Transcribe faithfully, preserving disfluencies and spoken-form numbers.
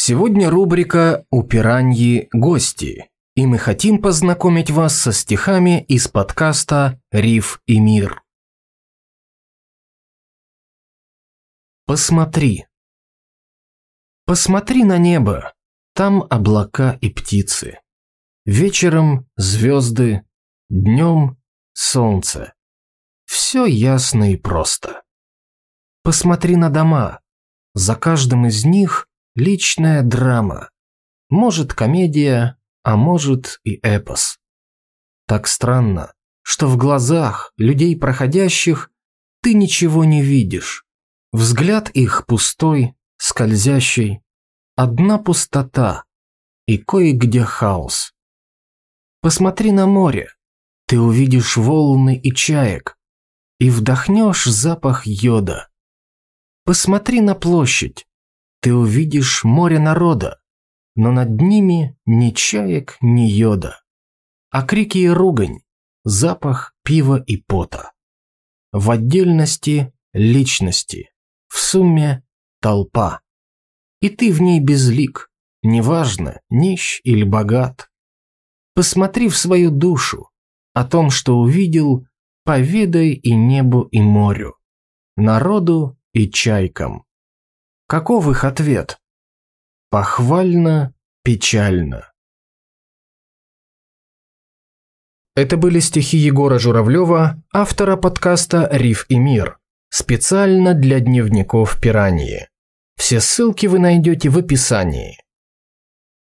Сегодня рубрика «У пираньи гости», и мы хотим познакомить вас со стихами из подкаста «Риф и мир». Посмотри. Посмотри на небо, там облака и птицы. Вечером звезды, днем солнце. Все ясно и просто. Посмотри на дома, за каждым из них личная драма. Может, комедия, а может и эпос. Так странно, что в глазах людей проходящих ты ничего не видишь. Взгляд их пустой, скользящий, одна пустота и кое-где хаос. Посмотри на море, ты увидишь волны и чаек и вдохнешь запах йода. Посмотри на площадь, ты увидишь море народа, но над ними ни чаек, ни йода, а крики и ругань, запах пива и пота. В отдельности личности, в сумме толпа. И ты в ней безлик, неважно, нищ или богат. Посмотри в свою душу, о том, что увидел, поведай и небу, и морю, народу и чайкам. Каков их ответ? Похвально, печально. Это были стихи Егора Журавлева, автора подкаста «Риф и мир», специально для дневников пираньи. Все ссылки вы найдете в описании.